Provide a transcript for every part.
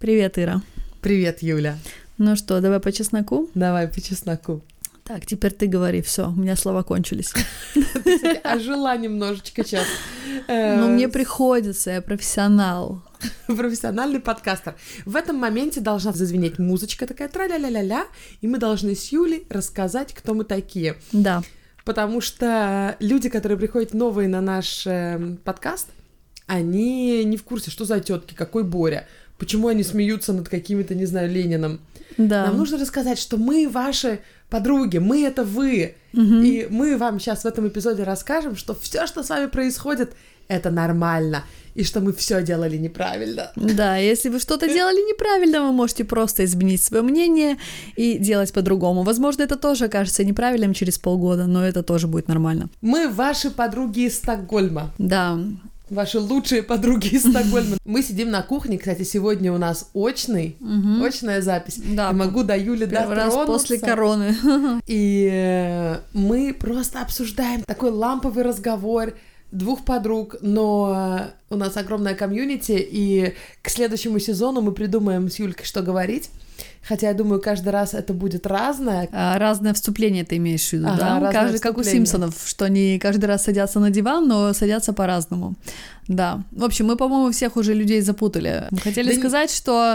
Привет, Ира. Привет, Юля. Ну что, давай по чесноку? Давай по чесноку. Так, теперь ты говори, все, у меня слова кончились. Ты, кстати, ожила немножечко сейчас. Но мне приходится, я профессионал. Профессиональный подкастер. В этом моменте должна зазвенеть музычка такая тра-ля-ля-ля-ля, и мы должны с Юлей рассказать, кто мы такие. Да. Потому что люди, которые приходят новые на наш подкаст, они не в курсе, что за тетки, какой Боря, почему они смеются над какими-то, не знаю, Лениным. Да. Нам нужно рассказать, что мы ваши подруги, мы — это вы. И мы вам сейчас в этом эпизоде расскажем, что все, что с вами происходит, это нормально, и что мы все делали неправильно. Да, если вы что-то делали неправильно, вы можете просто изменить свое мнение и делать по-другому. Возможно, это тоже окажется неправильным через полгода, но это тоже будет нормально. Мы ваши подруги из Стокгольма. Да. Ваши лучшие подруги из Стокгольма. Мы сидим на кухне, кстати, сегодня у нас очная запись. Да. Я могу до Юли Первый раз дотронуться. после короны. И мы просто обсуждаем такой ламповый разговор двух подруг, но у нас огромная комьюнити, и к следующему сезону мы придумаем с Юлькой, что говорить. Хотя, я думаю, каждый раз это будет разное. Разное вступление ты имеешь в виду, Ага, да? Каждый, как у Симпсонов, что они каждый раз садятся на диван, но садятся по-разному. Да. В общем, мы, по-моему, всех уже людей запутали. Мы хотели сказать, что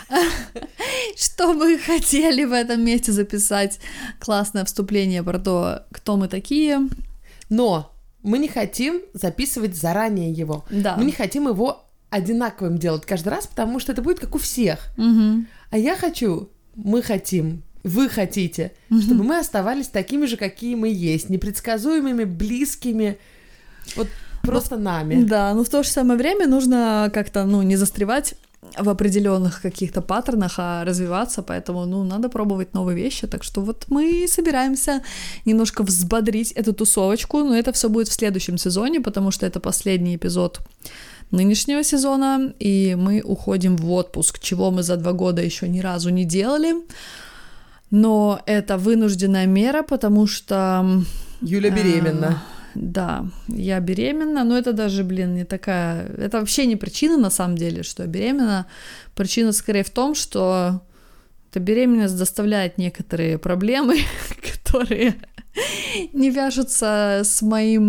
мы хотели в этом месте записать классное вступление про то, кто мы такие. Но мы не хотим записывать заранее его. Да. Мы не хотим его одинаковым делать каждый раз, потому что это будет как у всех. А я хочу, мы хотим, вы хотите, чтобы мы оставались такими же, какие мы есть, непредсказуемыми, близкими, вот просто нами. Да, но в то же самое время нужно как-то, не застревать в определенных каких-то паттернах, а развиваться, поэтому, надо пробовать новые вещи, так что вот мы собираемся немножко взбодрить эту тусовочку, но это все будет в следующем сезоне, потому что это последний эпизод нынешнего сезона, и мы уходим в отпуск, чего мы за 2 года еще ни разу не делали, но это вынужденная мера, потому что... Юля беременна. Да, я беременна, но это даже, не такая... Это вообще не причина, на самом деле, что я беременна. Причина скорее в том, что эта беременность доставляет некоторые проблемы, которые не вяжутся с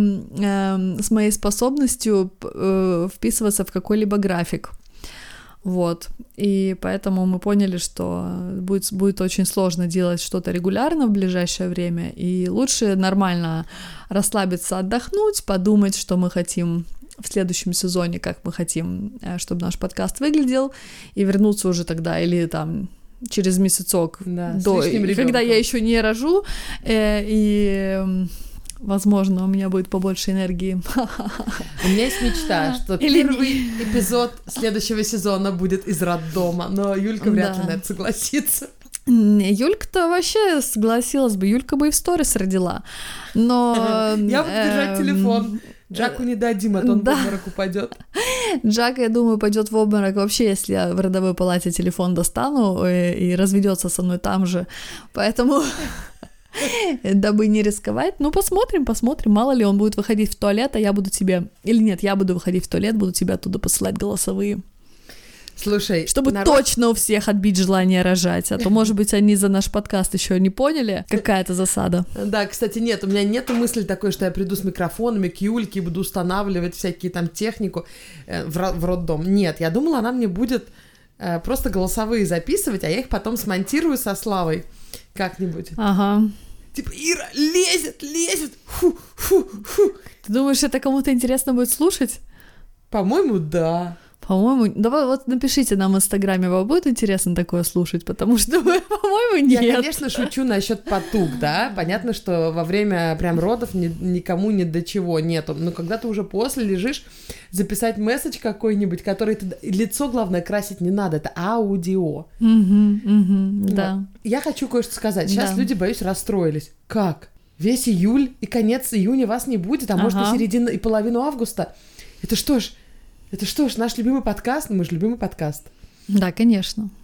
моей способностью вписываться в какой-либо график. Вот. И поэтому мы поняли, что будет очень сложно делать что-то регулярно в ближайшее время, и лучше нормально расслабиться, отдохнуть, подумать, что мы хотим в следующем сезоне, как мы хотим, чтобы наш подкаст выглядел, и вернуться уже тогда или там через месяцок, когда я еще не рожу, и... Возможно, у меня будет побольше энергии. У меня есть мечта, что первый эпизод следующего сезона будет из роддома, но Юлька вряд ли на это согласится. Юлька-то вообще согласилась бы, Юлька бы и в сторис родила, но... Я буду держать телефон, Джаку не дадим, а то он в обморок упадет. Джак, я думаю, пойдет в обморок вообще, если я в родовой палате телефон достану и разведется со мной там же, поэтому... Дабы не рисковать. Посмотрим, мало ли он будет выходить в туалет, а я буду тебе... Или нет, я буду выходить в туалет, буду тебе оттуда посылать голосовые. Слушай, чтобы точно у всех отбить желание рожать, а то, может быть, они за наш подкаст еще не поняли, какая это засада. Да, кстати, нет, у меня нету мысли такой, что я приду с микрофонами к Юльке и буду устанавливать всякие там технику в роддом. Нет, я думала, она мне будет просто голосовые записывать, а я их потом смонтирую со Славой как-нибудь. Ага. Типа, Ира, лезет, фу. Ты думаешь, это кому-то интересно будет слушать? По-моему, да. По-моему, давай вот напишите нам в Инстаграме, вам будет интересно такое слушать, потому что, по-моему, нет. Я, конечно, шучу насчет потуг, да, понятно, что во время прям родов никому ни до чего нету, но когда ты уже после лежишь, записать месседж какой-нибудь, который ты... Лицо, главное, красить не надо, это аудио. Да. Я хочу кое-что сказать, сейчас люди, боюсь, расстроились. Как? Весь июль и конец июня вас не будет, а может, и середину, и половину августа? Это что ж, наш любимый подкаст? Мы же любимый подкаст. Да, конечно.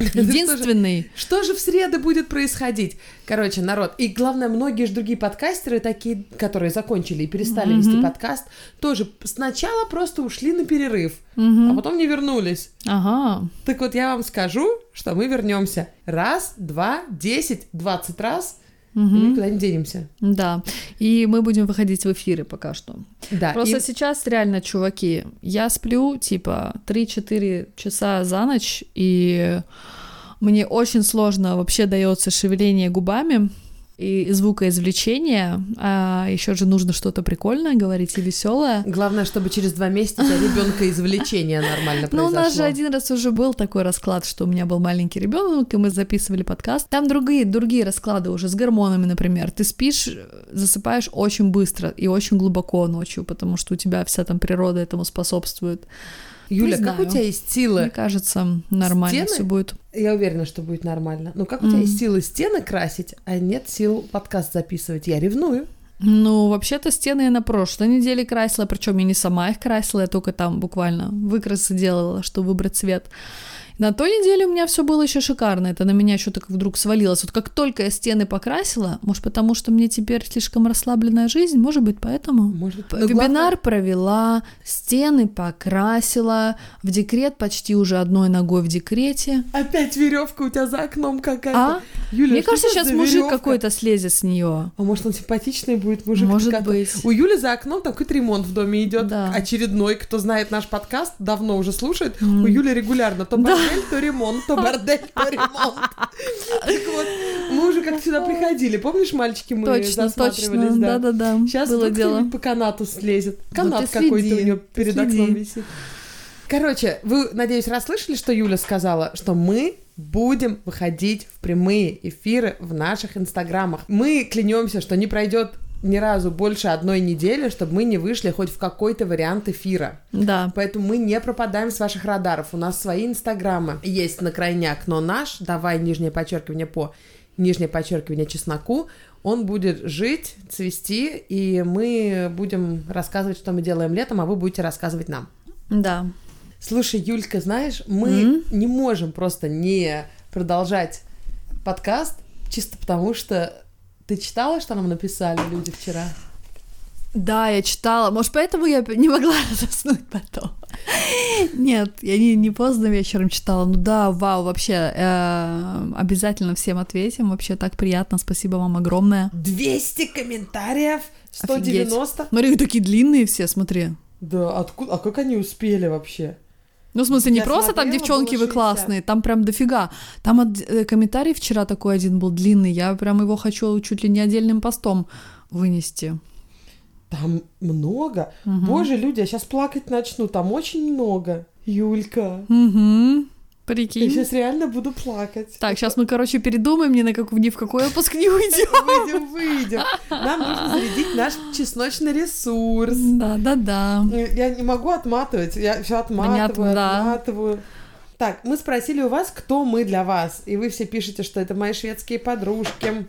Единственный. Что же в среду будет происходить? Короче, народ. И главное, многие же другие подкастеры, такие, которые закончили и перестали вести подкаст, тоже сначала просто ушли на перерыв, а потом не вернулись. Ага. Так вот, я вам скажу, что мы вернемся 1, 2, 10, 20 раз, и мы никуда не денемся. Да, и мы будем выходить в эфиры пока что. Да, Просто сейчас реально, чуваки, я сплю типа 3-4 часа за ночь, и мне очень сложно вообще дается шевеление губами и звукоизвлечение, а еще же нужно что-то прикольное говорить и веселое. Главное, чтобы через 2 месяца у тебя ребенка-извлечение нормально произошло. Ну, у нас же один раз уже был такой расклад, что у меня был маленький ребенок, и мы записывали подкаст. Там другие расклады уже с гормонами, например. Ты спишь, засыпаешь очень быстро и очень глубоко ночью, потому что у тебя вся там природа этому способствует. Юля, как у тебя есть силы? Мне кажется, нормально все будет. Я уверена, что будет нормально. Но как у тебя есть силы стены красить, а нет сил подкаст записывать? Я ревную. Ну, вообще-то стены я на прошлой неделе красила, причем я не сама их красила, я только там буквально выкрасы делала, чтобы выбрать цвет. На той неделе у меня все было еще шикарно, это на меня что-то вдруг свалилось. Вот как только я стены покрасила, может, потому что мне теперь слишком расслабленная жизнь, может быть, поэтому. Может быть. Вебинар провела, стены покрасила, в декрет почти уже одной ногой в декрете. Опять веревка у тебя за окном какая-то. Юля, мне кажется, сейчас мужик веревка? какой-то слезет с нее. А может, он симпатичный будет мужик? Может быть. У Юли за окном там какой-то ремонт в доме идет, да. Очередной. Кто знает наш подкаст, давно уже слушает. У Юли регулярно то бордель, то ремонт, то бордель, то ремонт. Так вот, мы уже как сюда приходили. Помнишь, мальчики, мы засматривались? Точно, да-да-да. Сейчас тут кто-нибудь по канату слезет. Канат какой-то у нее перед окном висит. Короче, вы, надеюсь, расслышали, что Юля сказала, что мы будем выходить в прямые эфиры в наших инстаграмах. Мы клянемся, что не пройдет ни разу больше 1 недели, чтобы мы не вышли хоть в какой-то вариант эфира. Да. Поэтому мы не пропадаем с ваших радаров. У нас свои инстаграмы. Есть на крайняк, но наш, давай, _, по _, чесноку. Он будет жить, цвести, и мы будем рассказывать, что мы делаем летом, а вы будете рассказывать нам. Да. Слушай, Юлька, знаешь, мы не можем просто не продолжать подкаст, чисто потому что... Ты читала, что нам написали люди вчера? Да, я читала. Может, поэтому я не могла заснуть потом. Нет, я не поздно вечером читала. Ну да, вау, вообще, обязательно всем ответим. Вообще так приятно, спасибо вам огромное. 200 комментариев, 190. Офигеть. Смотри, такие длинные все, смотри. Да, откуда? А как они успели вообще? Ну, в смысле, не я просто смотрела, там девчонки вы 60. классные, там прям дофига. Там комментарий вчера такой один был длинный, я прям его хочу чуть ли не отдельным постом вынести. Там много. Боже, люди, я сейчас плакать начну, там очень много. Юлька. Прикинь. Я сейчас реально буду плакать. Так, сейчас мы, короче, передумаем, ни в какой выпуск не уйдем. Выйдем. Нам нужно зарядить наш чесночный ресурс. Да. Я не могу отматывать. Я все отматываю. Так, мы спросили у вас, кто мы для вас. И вы все пишете, что это мои шведские подружки.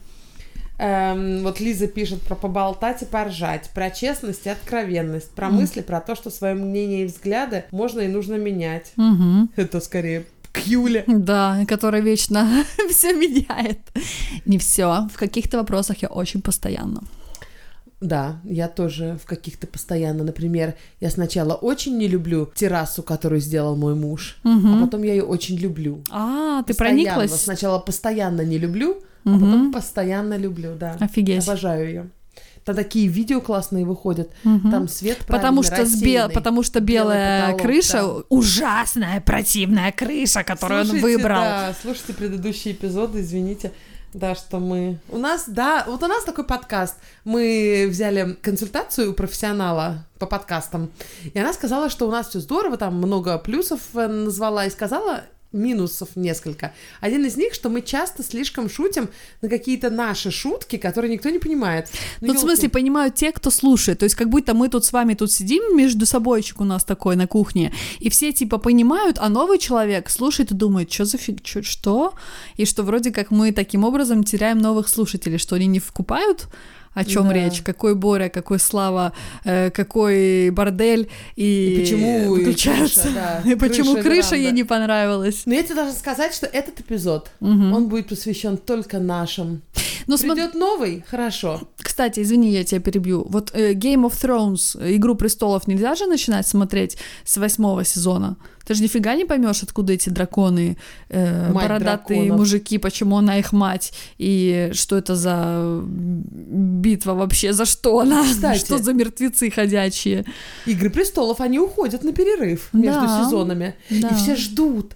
Вот Лиза пишет про поболтать и поржать, про честность и откровенность, про мысли, про то, что свое мнение и взгляды можно и нужно менять. Это скорее к Юле. Да, которая вечно все меняет. Не все. В каких-то вопросах я очень постоянно. Да, я тоже в каких-то постоянно. Например, я сначала очень не люблю террасу, которую сделал мой муж, а потом я ее очень люблю. Ты прониклась? Сначала постоянно не люблю, а потом постоянно люблю, да. Офигеть. Обожаю ее. Там такие видео классные выходят, там свет правильный, потому что белая потолок, крыша, да. Ужасная, противная крыша, которую он выбрал. Да, слушайте предыдущие эпизоды, извините, да, что мы... У нас такой подкаст. Мы взяли консультацию у профессионала по подкастам, и она сказала, что у нас все здорово, там много плюсов назвала, и сказала... минусов несколько. Один из них, что мы часто слишком шутим на какие-то наши шутки, которые никто не понимает. Ну, в смысле, понимают те, кто слушает. То есть, как будто мы тут с вами тут сидим, между собойчик у нас такой на кухне, и все типа понимают, а новый человек слушает и думает, что за что? И что вроде как мы таким образом теряем новых слушателей, что они не вкупают о чем речь, какой Боря, какой Слава, какой бордель, и почему выключаются, и почему крыша ей не понравилась. Но я тебе должна сказать, что этот эпизод, он будет посвящен только нашим. Придет новый? Хорошо. Кстати, извини, я тебя перебью. Вот Game of Thrones, Игру престолов нельзя же начинать смотреть с 8 сезона? Ты же нифига не поймешь, откуда эти драконы, бородатые драконов. Мужики, почему она их мать, и что это за битва вообще, за что она, кстати, что за мертвецы ходячие. Игры престолов, они уходят на перерыв между сезонами, и все ждут,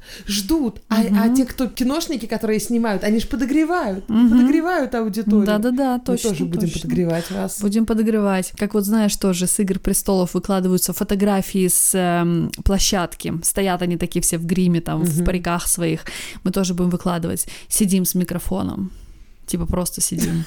а те, кто киношники, которые снимают, они же подогревают аудиторию. Да, точно. Мы тоже будем подогревать вас. Будем подогревать. Как вот знаешь, тоже с Игр престолов выкладываются фотографии с площадки. Стоят они такие все в гриме, там, в париках своих. Мы тоже будем выкладывать. Сидим с микрофоном. Типа просто сидим.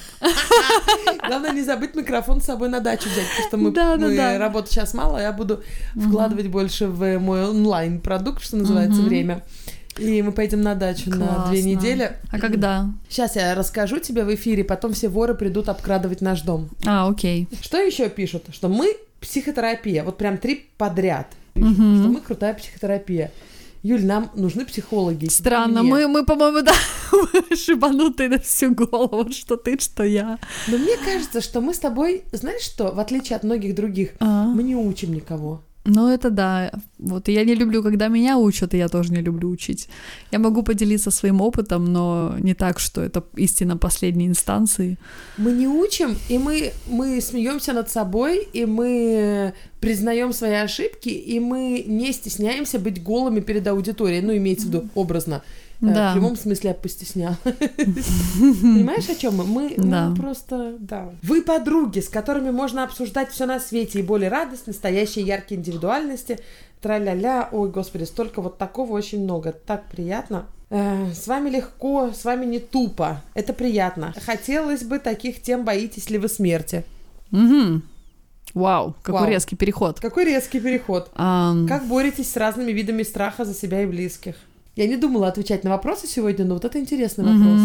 Главное не забыть микрофон с собой на дачу взять, потому что мы работы сейчас мало, я буду вкладывать больше в мой онлайн-продукт, что называется, время. И мы поедем на дачу на 2 недели. А когда? Сейчас я расскажу тебе в эфире, потом все воры придут обкрадывать наш дом. Окей. Что еще пишут? Что мы психотерапия. Вот прям 3 подряд пишут, что мы крутая психотерапия. Юль, нам нужны психологи. Странно, мы, по-моему, да, шибанутые на всю голову, что ты, что я. Но мне кажется, что мы с тобой, знаешь что, в отличие от многих других, мы не учим никого. Ну, это да. Вот я не люблю, когда меня учат, и я тоже не люблю учить. Я могу поделиться своим опытом, но не так, что это истина последней инстанции. Мы не учим, и мы смеемся над собой, и мы признаем свои ошибки, и мы не стесняемся быть голыми перед аудиторией. Ну, имеется в виду образно. Да. В прямом смысле я постесняла. Понимаешь, о чем мы? Мы просто, Вы подруги, с которыми можно обсуждать все на свете, и более радость, настоящие яркие индивидуальности, тра-ля-ля, ой, господи, столько вот такого очень много, так приятно. С вами легко, с вами не тупо, это приятно. Хотелось бы таких тем, боитесь ли вы смерти. Вау, какой резкий переход. Какой резкий переход. Как боретесь с разными видами страха за себя и близких? Я не думала отвечать на вопросы сегодня, но вот это интересный вопрос.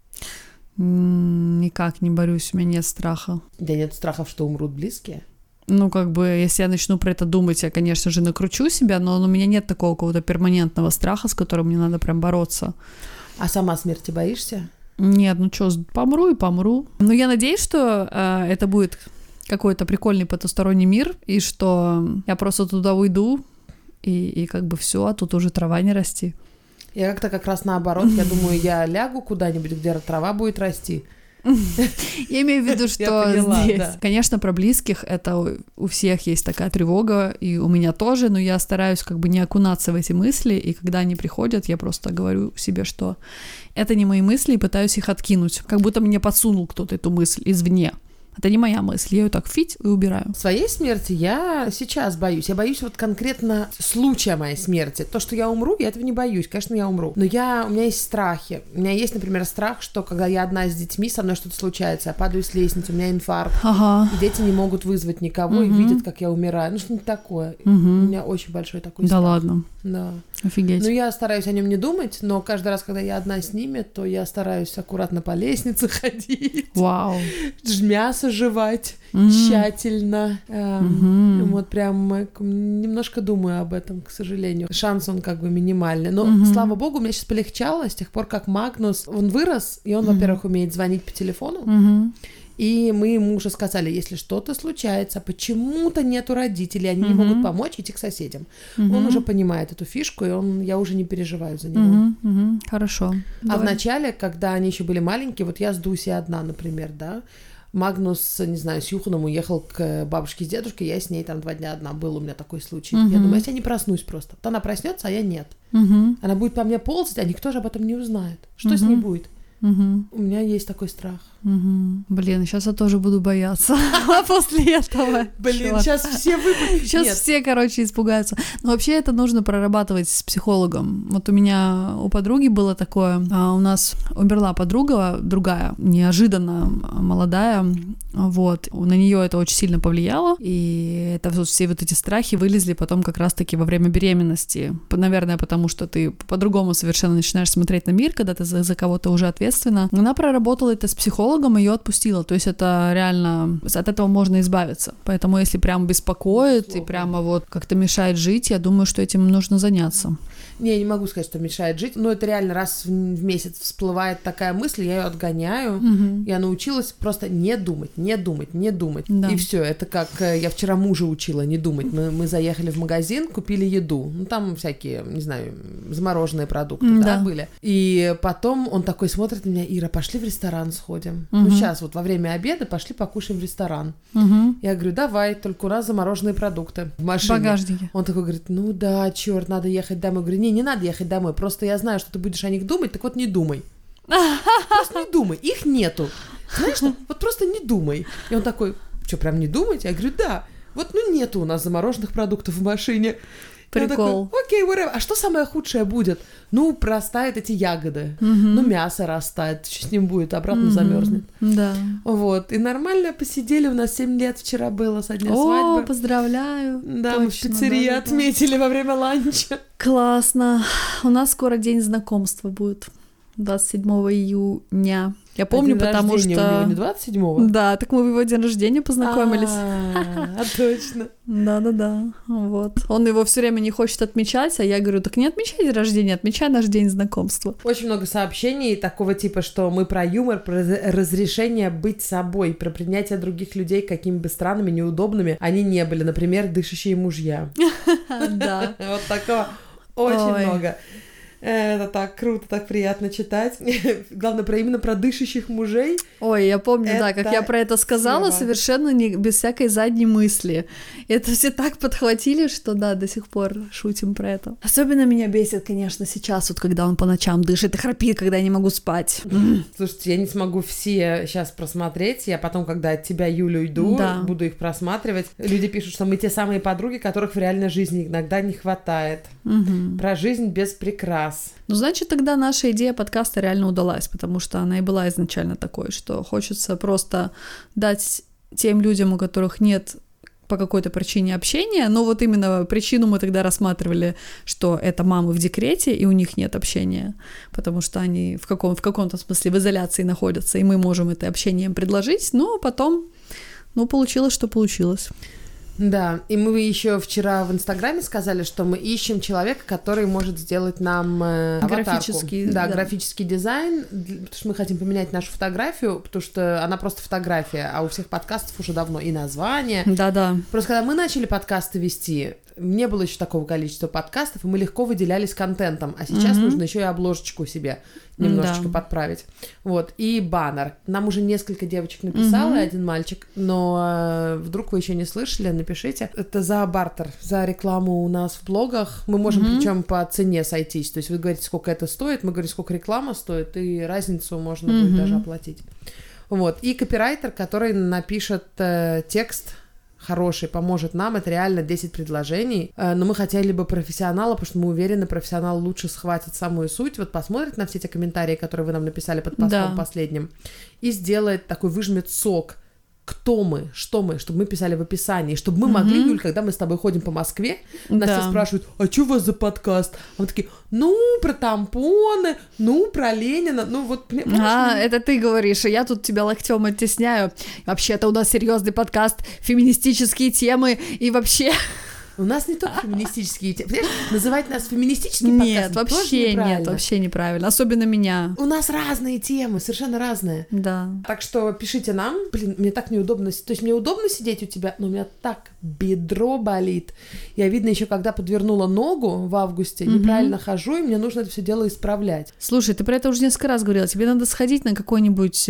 Никак не борюсь, у меня нет страха. Да нет страхов, что умрут близкие? Ну, как бы, если я начну про это думать, я, конечно же, накручу себя, но у меня нет такого какого-то перманентного страха, с которым мне надо прям бороться. А сама смерти боишься? Нет, ну что, помру и помру. Но я надеюсь, что это будет какой-то прикольный потусторонний мир, и что я просто туда уйду, и как бы все, а тут уже трава не расти. Я как раз наоборот, я думаю, я лягу куда-нибудь, где трава будет расти. Я имею в виду, что здесь, конечно, про близких это у всех есть такая тревога, и у меня тоже, но я стараюсь как бы не окунаться в эти мысли, и когда они приходят, я просто говорю себе, что это не мои мысли, и пытаюсь их откинуть, как будто мне подсунул кто-то эту мысль извне. Это не моя мысль, я ее так фить и убираю. Своей смерти я сейчас боюсь. Я боюсь вот конкретно случая моей смерти. То, что я умру, я этого не боюсь. Конечно, я умру. Но у меня есть страхи. У меня есть, например, страх, что когда я одна с детьми, со мной что-то случается, я падаю с лестницы, у меня инфаркт. И дети не могут вызвать никого и видят, как я умираю. Ну, что-нибудь такое. У меня очень большой такой страх. Да ладно? Да. Офигеть. Ну, я стараюсь о нем не думать, но каждый раз, когда я одна с ними, то я стараюсь аккуратно по лестнице ходить. Вау. Мясо жевать тщательно. Вот прям немножко думаю об этом, к сожалению. Шанс он как бы минимальный. Но, слава богу, мне сейчас полегчало с тех пор, как Магнус, он вырос, и он, во-первых, умеет звонить по телефону. И мы ему уже сказали, если что-то случается, почему-то нету родителей, они не могут помочь, идти к соседям. Он уже понимает эту фишку, и я уже не переживаю за него. Хорошо. А вначале, когда они еще были маленькие, вот я с Дусей одна, например, да, Магнус, не знаю, с Юханом уехал к бабушке с дедушкой, я с ней там 2 дня одна, был у меня такой случай. Я думаю, если я не проснусь просто, то она проснется, а я нет. Она будет по мне ползать, а никто же об этом не узнает. Что с ней будет? У меня есть такой страх. Блин, сейчас я тоже буду бояться после этого. Блин, сейчас все выпадут. Сейчас все, короче, испугаются. Но вообще это нужно прорабатывать с психологом. Вот у меня, у подруги было такое. У нас умерла подруга, другая, неожиданно молодая, Вот, на нее это очень сильно повлияло, и это все вот эти страхи вылезли потом как раз-таки во время беременности. Наверное, потому что ты по-другому совершенно начинаешь смотреть на мир, когда ты за кого-то уже ответственна. Она проработала это с психологом, ее отпустила. То есть это реально, от этого можно избавиться. Поэтому если прям беспокоит и прямо вот как-то мешает жить, я думаю, что этим нужно заняться. Не, я не могу сказать, что мешает жить, но это реально раз в месяц всплывает такая мысль, я ее отгоняю. Я научилась просто не думать. Да. И все, это как я вчера мужа учила не думать. Мы заехали в магазин, купили еду. Ну, там всякие, не знаю, замороженные продукты, да, были. И потом он такой смотрит на меня: Ира, пошли в ресторан сходим. Ну, сейчас вот во время обеда пошли покушаем в ресторан. Я говорю: давай, только у нас замороженные продукты в машине. В багажнике. Он такой говорит: ну да, черт, надо ехать домой. Я говорю: не надо ехать домой, просто я знаю, что ты будешь о них думать, так вот не думай. Просто не думай, их нету. Знаешь что, вот просто не думай. И он такой: что, прям не думать? Я говорю: да, вот ну нету у нас замороженных продуктов в машине. Прикол. Такой: окей, whatever. А что самое худшее будет? Ну, простают эти ягоды. Ну, мясо растает. Что с ним будет? Обратно замерзнет. Да. Вот. И нормально посидели. У нас 7 лет вчера было со дня свадьбы. О, поздравляю. Да, точно, мы в пиццерии отметили во время ланча. Классно. У нас скоро день знакомства будет. 27 июня. Я помню, потому что... У него не 27-го? Да, так мы в его день рождения познакомились. Точно. Да. Вот. Он его все время не хочет отмечать, а я говорю: так не отмечай день рождения, отмечай наш день знакомства. Очень много сообщений такого типа, что мы про юмор, про разрешение быть собой, про принятие других людей, какими бы странными, неудобными они не были. Например, дышащие мужья. Да. Вот такого очень много. Это так круто, так приятно читать. Главное, именно про дышащих мужей. Ой, я помню, да, как я про это сказала, совершенно без всякой задней мысли. Это все так подхватили, что да, до сих пор шутим про это. Особенно меня бесит, конечно, сейчас, вот когда он по ночам дышит и храпит, когда я не могу спать. Слушайте, я не смогу все сейчас просмотреть. Я потом, когда от тебя, Юля, уйду, буду их просматривать. Люди пишут, что мы те самые подруги, которых в реальной жизни иногда не хватает. Про жизнь без прикрас. Ну, значит, тогда наша идея подкаста реально удалась, потому что она и была изначально такой, что хочется просто дать тем людям, у которых нет по какой-то причине общения, но вот именно причину мы тогда рассматривали, что это мамы в декрете, и у них нет общения, потому что они в каком-то смысле в изоляции находятся, и мы можем это общение им предложить, но потом, получилось, что получилось. Да, и мы еще вчера в Инстаграме сказали, что мы ищем человека, который может сделать нам аватарку. Графический дизайн, потому что мы хотим поменять нашу фотографию, потому что она просто фотография, а у всех подкастов уже давно и название. Да. Просто когда мы начали подкасты вести, не было еще такого количества подкастов, и мы легко выделялись контентом, а сейчас нужно еще и обложечку себе немножечко подправить. Вот, и баннер. Нам уже несколько девочек написало, и один мальчик, но вдруг вы еще не слышали, напишите. Это за бартер, за рекламу у нас в блогах. Мы можем причем по цене сойтись, то есть вы говорите, сколько это стоит, мы говорим, сколько реклама стоит, и разницу можно будет даже оплатить. Вот, и копирайтер, который напишет текст хороший, поможет нам, это реально 10 предложений, но мы хотели бы профессионала, потому что мы уверены, профессионал лучше схватит самую суть, вот посмотрит на все эти комментарии, которые вы нам написали под постом последним, и сделает такой, выжмет сок, кто мы, что мы, чтобы мы писали в описании, чтобы мы могли, Юль, когда мы с тобой ходим по Москве, нас все спрашивают: а что у вас за подкаст? А мы такие: про тампоны, про Ленина, вот... это ты говоришь, и я тут тебя локтем оттесняю. Вообще-то у нас серьезный подкаст, феминистические темы, и вообще... У нас не только феминистические темы. Понимаешь, называть нас феминистическим подкастом тоже неправильно. Нет, вообще неправильно. Особенно меня. У нас разные темы, совершенно разные. Да. Так что пишите нам. Блин, мне так неудобно. То есть мне удобно сидеть у тебя, но у меня так бедро болит. Я, видно, еще когда подвернула ногу в августе, неправильно хожу, и мне нужно это все дело исправлять. Слушай, ты про это уже несколько раз говорила. Тебе надо сходить на какую-нибудь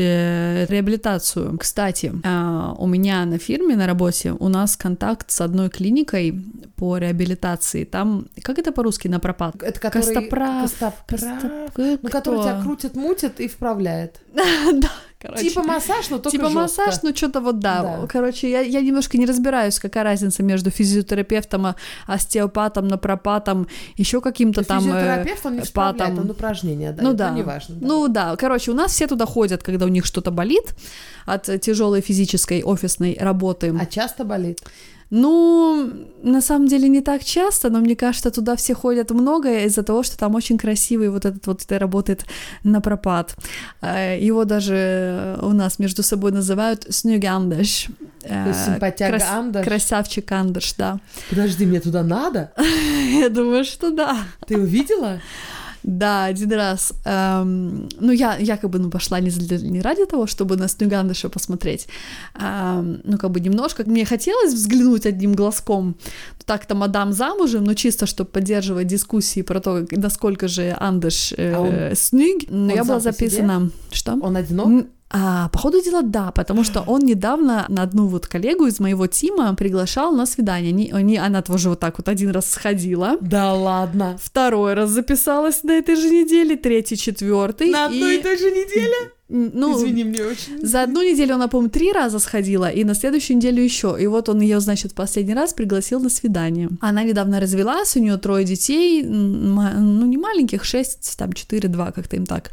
реабилитацию. Кстати, у меня на фирме, на работе, у нас контакт с одной клиникой, по реабилитации. Там, как это по-русски, напропат? Это который... который тебя крутит, мутит и вправляет. Да, короче. Типа массаж, но только Типа жёстко. массаж, но что-то вот да. Короче, я немножко не разбираюсь, какая разница между физиотерапевтом, остеопатом, напропатом, еще каким-то там физиотерапевт, он не вправляет, он упражнения дает, ну да. неважно. Да. Ну да, короче, у нас все туда ходят, когда у них что-то болит от тяжелой физической офисной работы. А часто болит? Ну, на самом деле не так часто, но мне кажется, туда все ходят много из-за того, что там очень красивый вот этот вот работает напропат. Его даже у нас между собой называют Snygg Anders. То есть симпатяга Андерш? Красавчик Андерш, да. Подожди, мне туда надо? Я думаю, что да. Ты его видела? Да, один раз. Ну, я якобы пошла не ради того, чтобы на Snygg Anders'а посмотреть. Ну, как бы немножко. Мне хотелось взглянуть одним глазком. Так-то мадам замужем, но чисто, чтобы поддерживать дискуссии про то, насколько же Андерш Snygg. Но я была записана... Что? Он одинок? По ходу дела, да, потому что он недавно на одну вот коллегу из моего тима приглашал на свидание. Она тоже вот так вот один раз сходила. Да ладно. Второй раз записалась на этой же неделе, третий, четвертый. На одной и той же неделе? Ну, извини, мне очень... За одну неделю она, по-моему, 3 раза сходила, и на следующую неделю еще. И вот он ее, значит, в последний раз пригласил на свидание. Она недавно развелась, у нее 3 детей, ну, не маленьких, 6, там, 4, 2, как-то им так.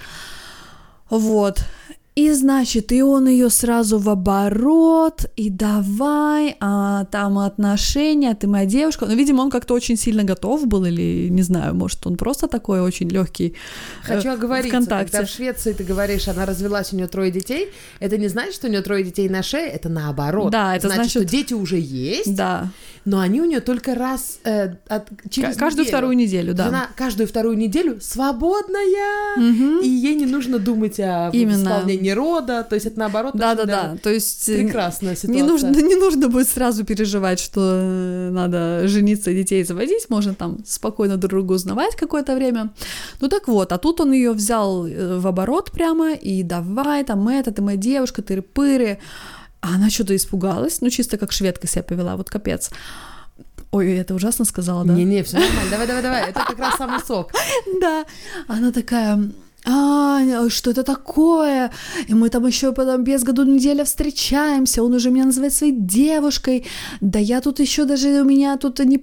Вот. И, значит, и он ее сразу в оборот, и давай, там отношения, ты моя девушка. Ну, видимо, он как-то очень сильно готов был, или, не знаю, может, он просто такой очень легкий. Хочу оговориться, ВКонтакте. когда в Швеции ты говоришь, она развелась, у нее 3 детей, это не значит, что у нее 3 детей на шее, это наоборот. Да, это значит, что дети уже есть, да. Но они у нее только раз через каждую неделю. Вторую неделю, да. Она каждую 2-ю неделю свободная, и ей не нужно думать о исполнении рода, то есть это наоборот. Да. То есть прекрасная ситуация. Не нужно будет сразу переживать, что надо жениться, детей заводить, можно там спокойно друг друга узнавать какое-то время. Ну так вот, а тут он ее взял в оборот прямо, и давай, там ты моя девушка, тыры-пыры. А она что-то испугалась, ну чисто как шведка себя повела, вот капец. Ой, я это ужасно сказала, да? Не-не, все нормально, давай, это как раз самый сок. Да, она такая... что это такое? И мы там еще потом без году неделя встречаемся, он уже меня называет своей девушкой, да я тут еще даже, у меня тут не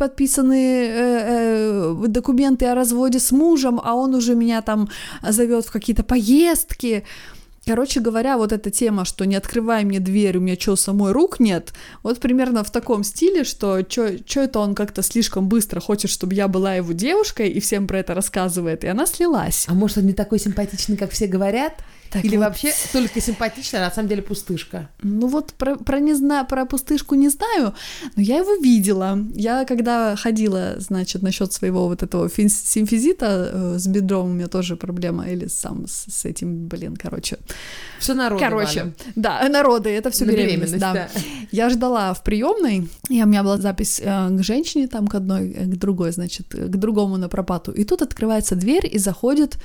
подписаны документы о разводе с мужем, а он уже меня там зовет в какие-то поездки. Короче говоря, вот эта тема, что не открывай мне дверь, у меня что, самой рук нет, вот примерно в таком стиле, что это он как-то слишком быстро хочет, чтобы я была его девушкой, и всем про это рассказывает, и она слилась. А может, он не такой симпатичный, как все говорят? Так или вот... вообще только симпатичный, а на самом деле пустышка? Ну вот про пустышку не знаю, но я его видела. Я когда ходила, значит, насчет своего вот этого симфизита с бедром, у меня тоже проблема, или сам с этим, короче. Все народы, Валя. Да, народы, это все беременность, да. Я ждала в приемной, и у меня была запись к женщине, там, к одной, к другой, значит, к другому напропату, и тут открывается дверь, и заходит.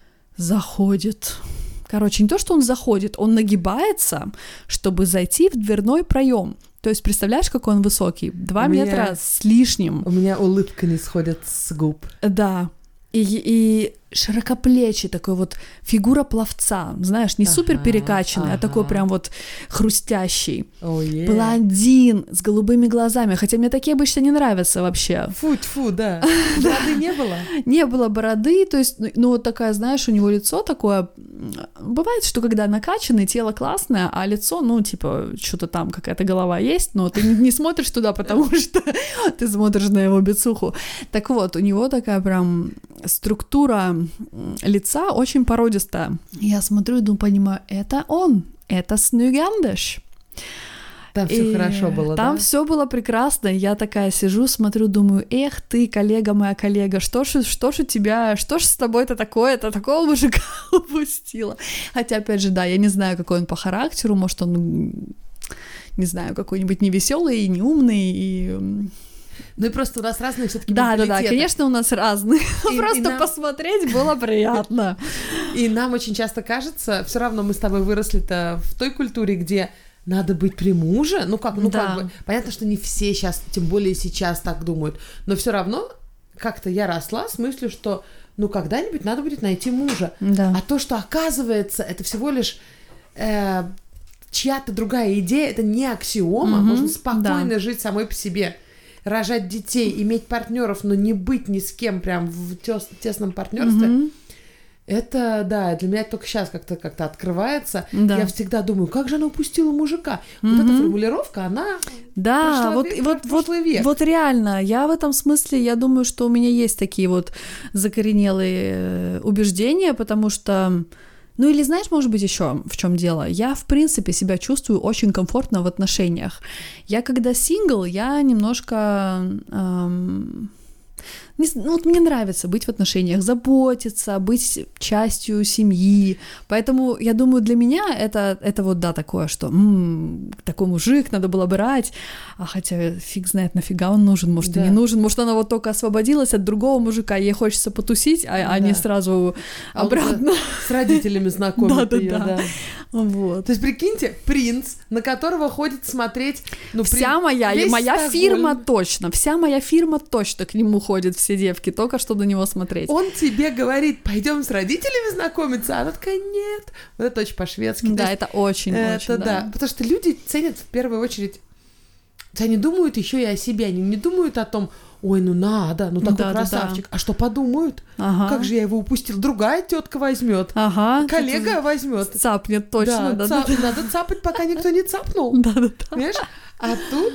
Короче, не то, что он заходит, он нагибается, чтобы зайти в дверной проем. То есть, представляешь, какой он высокий? 2 метра с лишним. У меня улыбка не сходит с губ. Да. И широкоплечий такой вот, фигура пловца, знаешь, не супер перекачанный, а такой прям вот хрустящий. Блондин с голубыми глазами, хотя мне такие обычно не нравятся вообще. Фу, да. Бороды не было? Не было бороды, то есть, ну вот такая, знаешь, у него лицо такое, бывает, что когда накачанный, тело классное, а лицо, ну, типа, что-то там, какая-то голова есть, но ты не смотришь туда, потому что ты смотришь на его бицуху. Так вот, у него такая прям структура лица очень породистая. Я смотрю и думаю, понимаю, это он, это Snygg Anders. Там все хорошо было, да? Там все было прекрасно. Я такая сижу, смотрю, думаю, эх ты, коллега моя коллега, что ж с тобой-то такое-то, такого мужика упустила. Хотя, опять же, да, я не знаю, какой он по характеру, может, он, не знаю, какой-нибудь невеселый и неумный, и... Ну и просто у нас разные все-таки менталитеты. Да, конечно, у нас разные. Просто посмотреть было приятно. И нам очень часто кажется, все равно мы с тобой выросли-то в той культуре, где надо быть при муже, как Да. бы, понятно, что не все сейчас, тем более сейчас так думают, но все равно как-то я росла с мыслью, что, когда-нибудь надо будет найти мужа. Да. А то, что оказывается, это всего лишь чья-то другая идея, это не аксиома, можно спокойно жить самой по себе, рожать детей, иметь партнеров, но не быть ни с кем прям в тесном партнерстве. Это, да, для меня это только сейчас как-то открывается. Да. Я всегда думаю, как же она упустила мужика? Вот эта формулировка, она Да, прошлый век. Вот реально, я в этом смысле, я думаю, что у меня есть такие вот закоренелые убеждения, потому что, или знаешь, может быть, еще в чем дело? Я, в принципе, себя чувствую очень комфортно в отношениях. Я когда сингл, я немножко... мне нравится быть в отношениях, заботиться, быть частью семьи. Поэтому, я думаю, для меня это вот, да, такое, что такой мужик надо было брать, а хотя фиг знает, нафига он нужен, может, и не нужен, может, она вот только освободилась от другого мужика, ей хочется потусить, а не сразу обратно. С родителями знакомит её, да. Вот. То есть, прикиньте, принц, на которого ходит смотреть... вся моя фирма точно к нему ходит, все девки, только чтобы на него смотреть. Он тебе говорит, пойдем с родителями знакомиться, а она такая, нет. Вот это очень по-шведски. Да, это очень, да. Потому что люди ценят в первую очередь... Они думают еще и о себе, они не думают о том, ой, надо, такой красавчик. Да. А что подумают? Как же я его упустил? Другая тетка возьмет, коллега возьмет. Цапнет точно. Да. Надо цапать, пока никто не цапнул. Да. Понимаешь? А тут...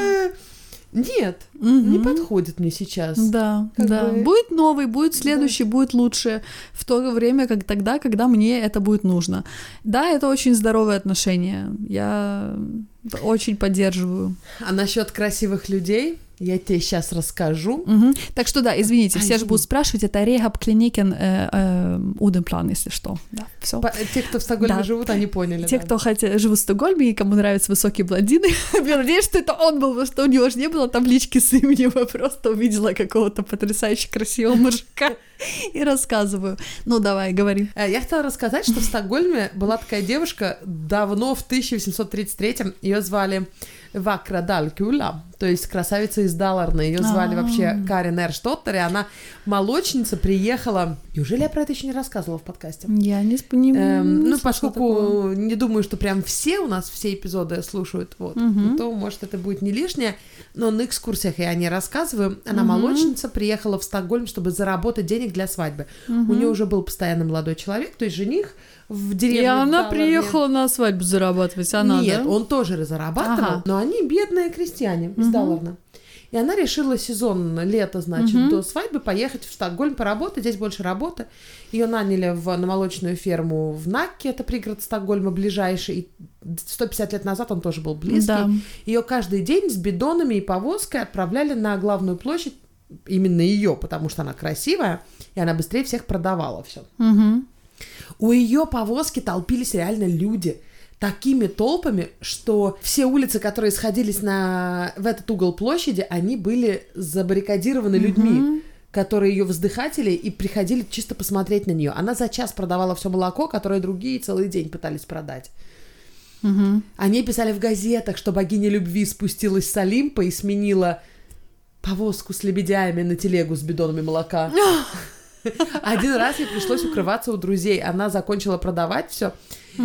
Нет, не подходит мне сейчас. Да. Будет новый, будет следующий, будет лучше в то время, как тогда, когда мне это будет нужно. Да, это очень здоровые отношения. Я очень поддерживаю. А насчет красивых людей я тебе сейчас расскажу. Так что да, извините, все же будут спрашивать, это Rehab-клиниken Odenplan, если что. Да, всё. Те, кто в Стокгольме живут, они поняли. Те, кто живут в Стокгольме и кому нравятся высокие блондины, я надеюсь, что это он был, потому что у него же не было таблички с именем, я просто увидела какого-то потрясающе красивого мужика и рассказываю. Давай, говори. Я хотела рассказать, что в Стокгольме была такая девушка давно, в 1833-м, ее звали Вакра Далькюла, то есть красавица из Даларна. Ее звали вообще Карин Эрштоттер, и она молочница, приехала... Неужели я про это еще не рассказывала в подкасте? Я не слышала поскольку такого. Не думаю, что прям все у нас все эпизоды слушают, то, может, это будет не лишнее, но на экскурсиях я о ней рассказываю. Она молочница, приехала в Стокгольм, чтобы заработать денег для свадьбы. У нее уже был постоянно молодой человек, то есть жених в деревне. И она приехала на свадьбу зарабатывать, Нет, он тоже зарабатывал, но они бедные крестьяне из Даларна. И она решила сезонно, лето, значит, до свадьбы поехать в Стокгольм поработать, здесь больше работы. Ее наняли на молочную ферму в Накке, это пригород Стокгольма ближайший, и 150 лет назад он тоже был близкий. Да. Ее каждый день с бидонами и повозкой отправляли на главную площадь, именно ее, потому что она красивая, и она быстрее всех продавала все. У ее повозки толпились реально люди. Такими толпами, что все улицы, которые сходились в этот угол площади, они были забаррикадированы людьми, которые ее воздыхатели и приходили чисто посмотреть на нее. Она за час продавала все молоко, которое другие целый день пытались продать. Они писали в газетах, что богиня любви спустилась с Олимпа и сменила повозку с лебедями на телегу с бидонами молока. Один раз ей пришлось укрываться у друзей. Она закончила продавать все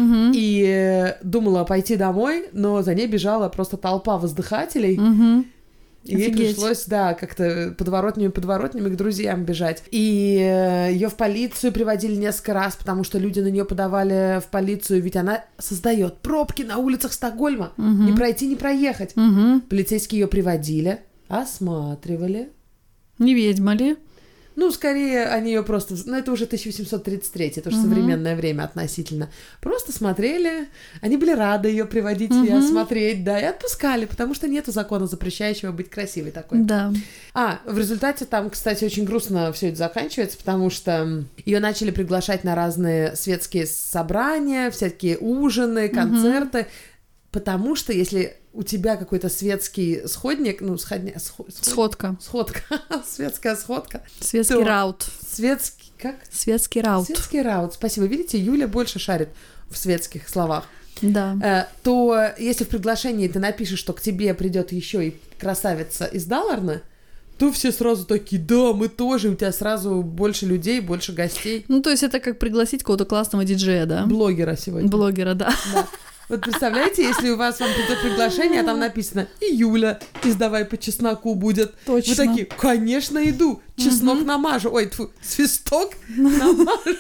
и думала пойти домой, но за ней бежала просто толпа воздыхателей. И ей пришлось, как-то подворотнями к друзьям бежать. И ее в полицию приводили несколько раз, потому что люди на нее подавали в полицию, ведь она создает пробки на улицах Стокгольма. Не пройти, не проехать. Полицейские ее приводили, осматривали. Не ведьма ли? Скорее, они ее просто... это уже 1833, это уже современное время относительно. Просто смотрели, они были рады ее приводить и осмотреть, и отпускали, потому что нету закона, запрещающего быть красивой такой. Да. В результате там, кстати, очень грустно все это заканчивается, потому что ее начали приглашать на разные светские собрания, всякие ужины, концерты, потому что если у тебя какой-то светский сходник, сходка. Светская сходка. Светский раут. Светский, как? Светский раут. Светский раут, спасибо. Видите, Юля больше шарит в светских словах. Да. То если в приглашении ты напишешь, что к тебе придет еще и красавица из Далларна, то все сразу такие: да, мы тоже, у тебя сразу больше людей, больше гостей. Ну, то есть это как пригласить какого-то классного диджея, да? Блогера сегодня. Блогера, да. Вот представляете, если у вас вам придет приглашение, а там написано: и Юля из «Давай по чесноку» будет. Точно. Вы такие: конечно, иду, чеснок намажу. Ой, тьфу, свисток намажу.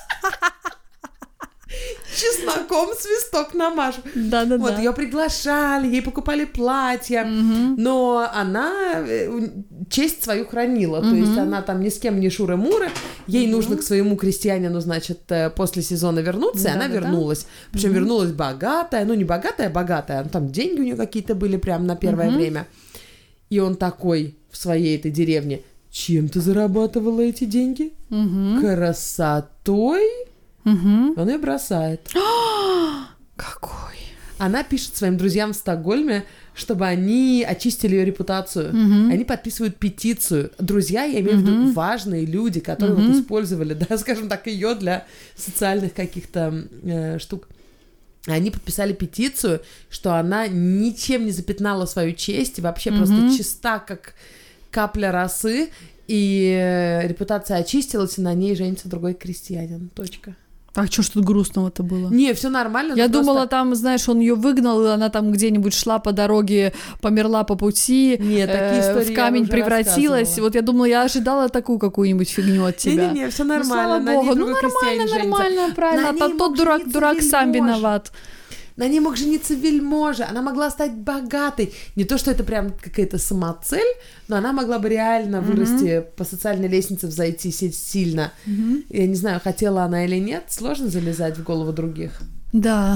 Чесноком свисток намажу. Да-да-да. Вот, ее приглашали, ей покупали платья, но она честь свою хранила, то есть она там ни с кем не шура-мура, ей нужно к своему крестьянину, значит, после сезона вернуться, и она вернулась. Причем вернулась богатая, ну не богатая, богатая, там деньги у нее какие-то были прям на первое время. И он такой в своей этой деревне: чем ты зарабатывала эти деньги? Красотой? Он ее бросает. Какой? Она пишет своим друзьям в Стокгольме, чтобы они очистили ее репутацию. Они подписывают петицию. Друзья, я имею в виду важные люди, которые вот использовали, да, скажем так, ее для социальных каких-то штук. Они подписали петицию, что она ничем не запятнала свою честь, и вообще просто чиста, как капля росы, и репутация очистилась, и на ней женится другой крестьянин. Точка. А что ж тут грустного-то было? Не, все нормально. Я думала, там, знаешь, он ее выгнал, и она там где-нибудь шла по дороге, померла по пути, Нет, такие истории в камень я уже превратилась. Вот я думала, я ожидала такую какую-нибудь фигню от тебя. Не-не-не, все нормально. Ну, слава богу, ну нормально, правильно. А тот дурак сам виноват. На ней мог жениться вельможа, она могла стать богатой. Не то, что это прям какая-то самоцель, но она могла бы реально вырасти по социальной лестнице, взойти сильно. Я не знаю, хотела она или нет, сложно залезать в голову других. Да,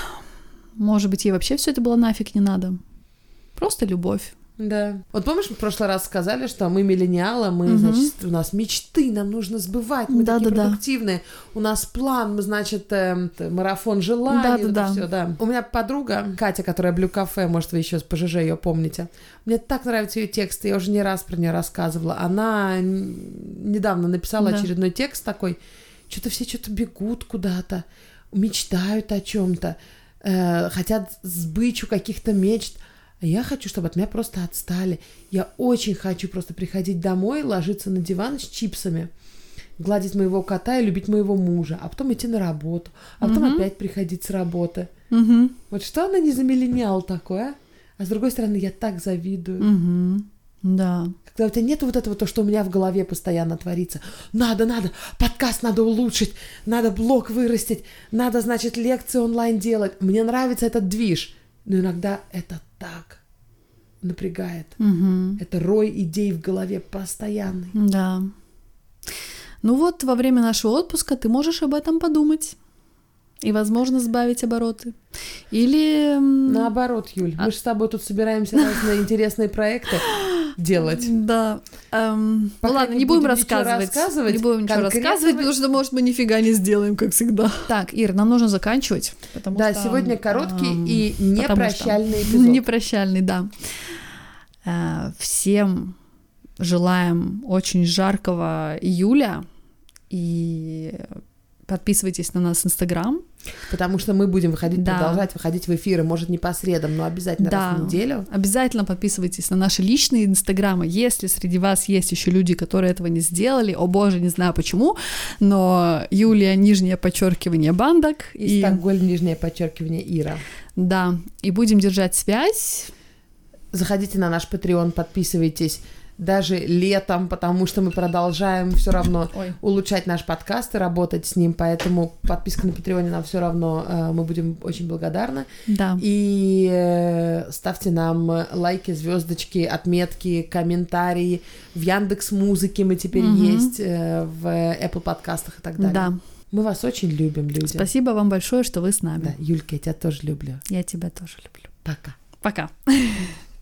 может быть, ей вообще все это было нафиг не надо. Просто любовь. Да. Вот помнишь, мы в прошлый раз сказали, что мы миллениалы, мы, значит, у нас мечты, нам нужно сбывать, мы такие продуктивные, у нас план, мы, значит, марафон желаний, всё, да. У меня подруга Катя, которая Blue Cafe, может, вы еще с ПЖЖ ее помните, мне так нравятся ее тексты, я уже не раз про нее рассказывала, она недавно написала очередной текст такой: что-то все что-то бегут куда-то, мечтают о чем-то, хотят сбычу каких-то мечт. А я хочу, чтобы от меня просто отстали. Я очень хочу просто приходить домой, ложиться на диван с чипсами, гладить моего кота и любить моего мужа, а потом идти на работу, а потом опять приходить с работы. Вот что она не за миллениал такой, а? А с другой стороны, я так завидую. Да. Когда у тебя нет вот этого, то, что у меня в голове постоянно творится. Надо, подкаст надо улучшить, надо блог вырастить, надо, значит, лекции онлайн делать. Мне нравится этот движ. Но иногда это так напрягает. Это рой идей в голове постоянный. Да. Ну вот, во время нашего отпуска ты можешь об этом подумать. И, возможно, сбавить обороты. Или... Наоборот, Юль, мы же с тобой тут собираемся разные интересные проекты делать. Да. Ну ладно, не будем рассказывать. Не будем ничего рассказывать, потому что, может, мы нифига не сделаем, как всегда. Так, Ир, нам нужно заканчивать. Да, сегодня короткий и непрощальный эпизод. Непрощальный, да. Всем желаем очень жаркого июля. И подписывайтесь на нас в Инстаграм. Потому что мы будем продолжать выходить в эфиры, может, не по средам, но обязательно раз в неделю. Обязательно подписывайтесь на наши личные инстаграмы. Если среди вас есть еще люди, которые этого не сделали, о боже, не знаю почему, но Юлия, _, Бандок. И Стокгольм, _, Ира. Да, и будем держать связь. Заходите на наш Patreon, подписывайтесь. Даже летом, потому что мы продолжаем все равно улучшать наш подкаст и работать с ним, поэтому подписка на Патреоне нам все равно, мы будем очень благодарны. Да. И ставьте нам лайки, звездочки, отметки, комментарии. В Яндекс.Музыке мы теперь есть, в Apple подкастах и так далее. Да. Мы вас очень любим, люди. Спасибо вам большое, что вы с нами. Да, Юлька, я тебя тоже люблю. Я тебя тоже люблю. Пока. Пока.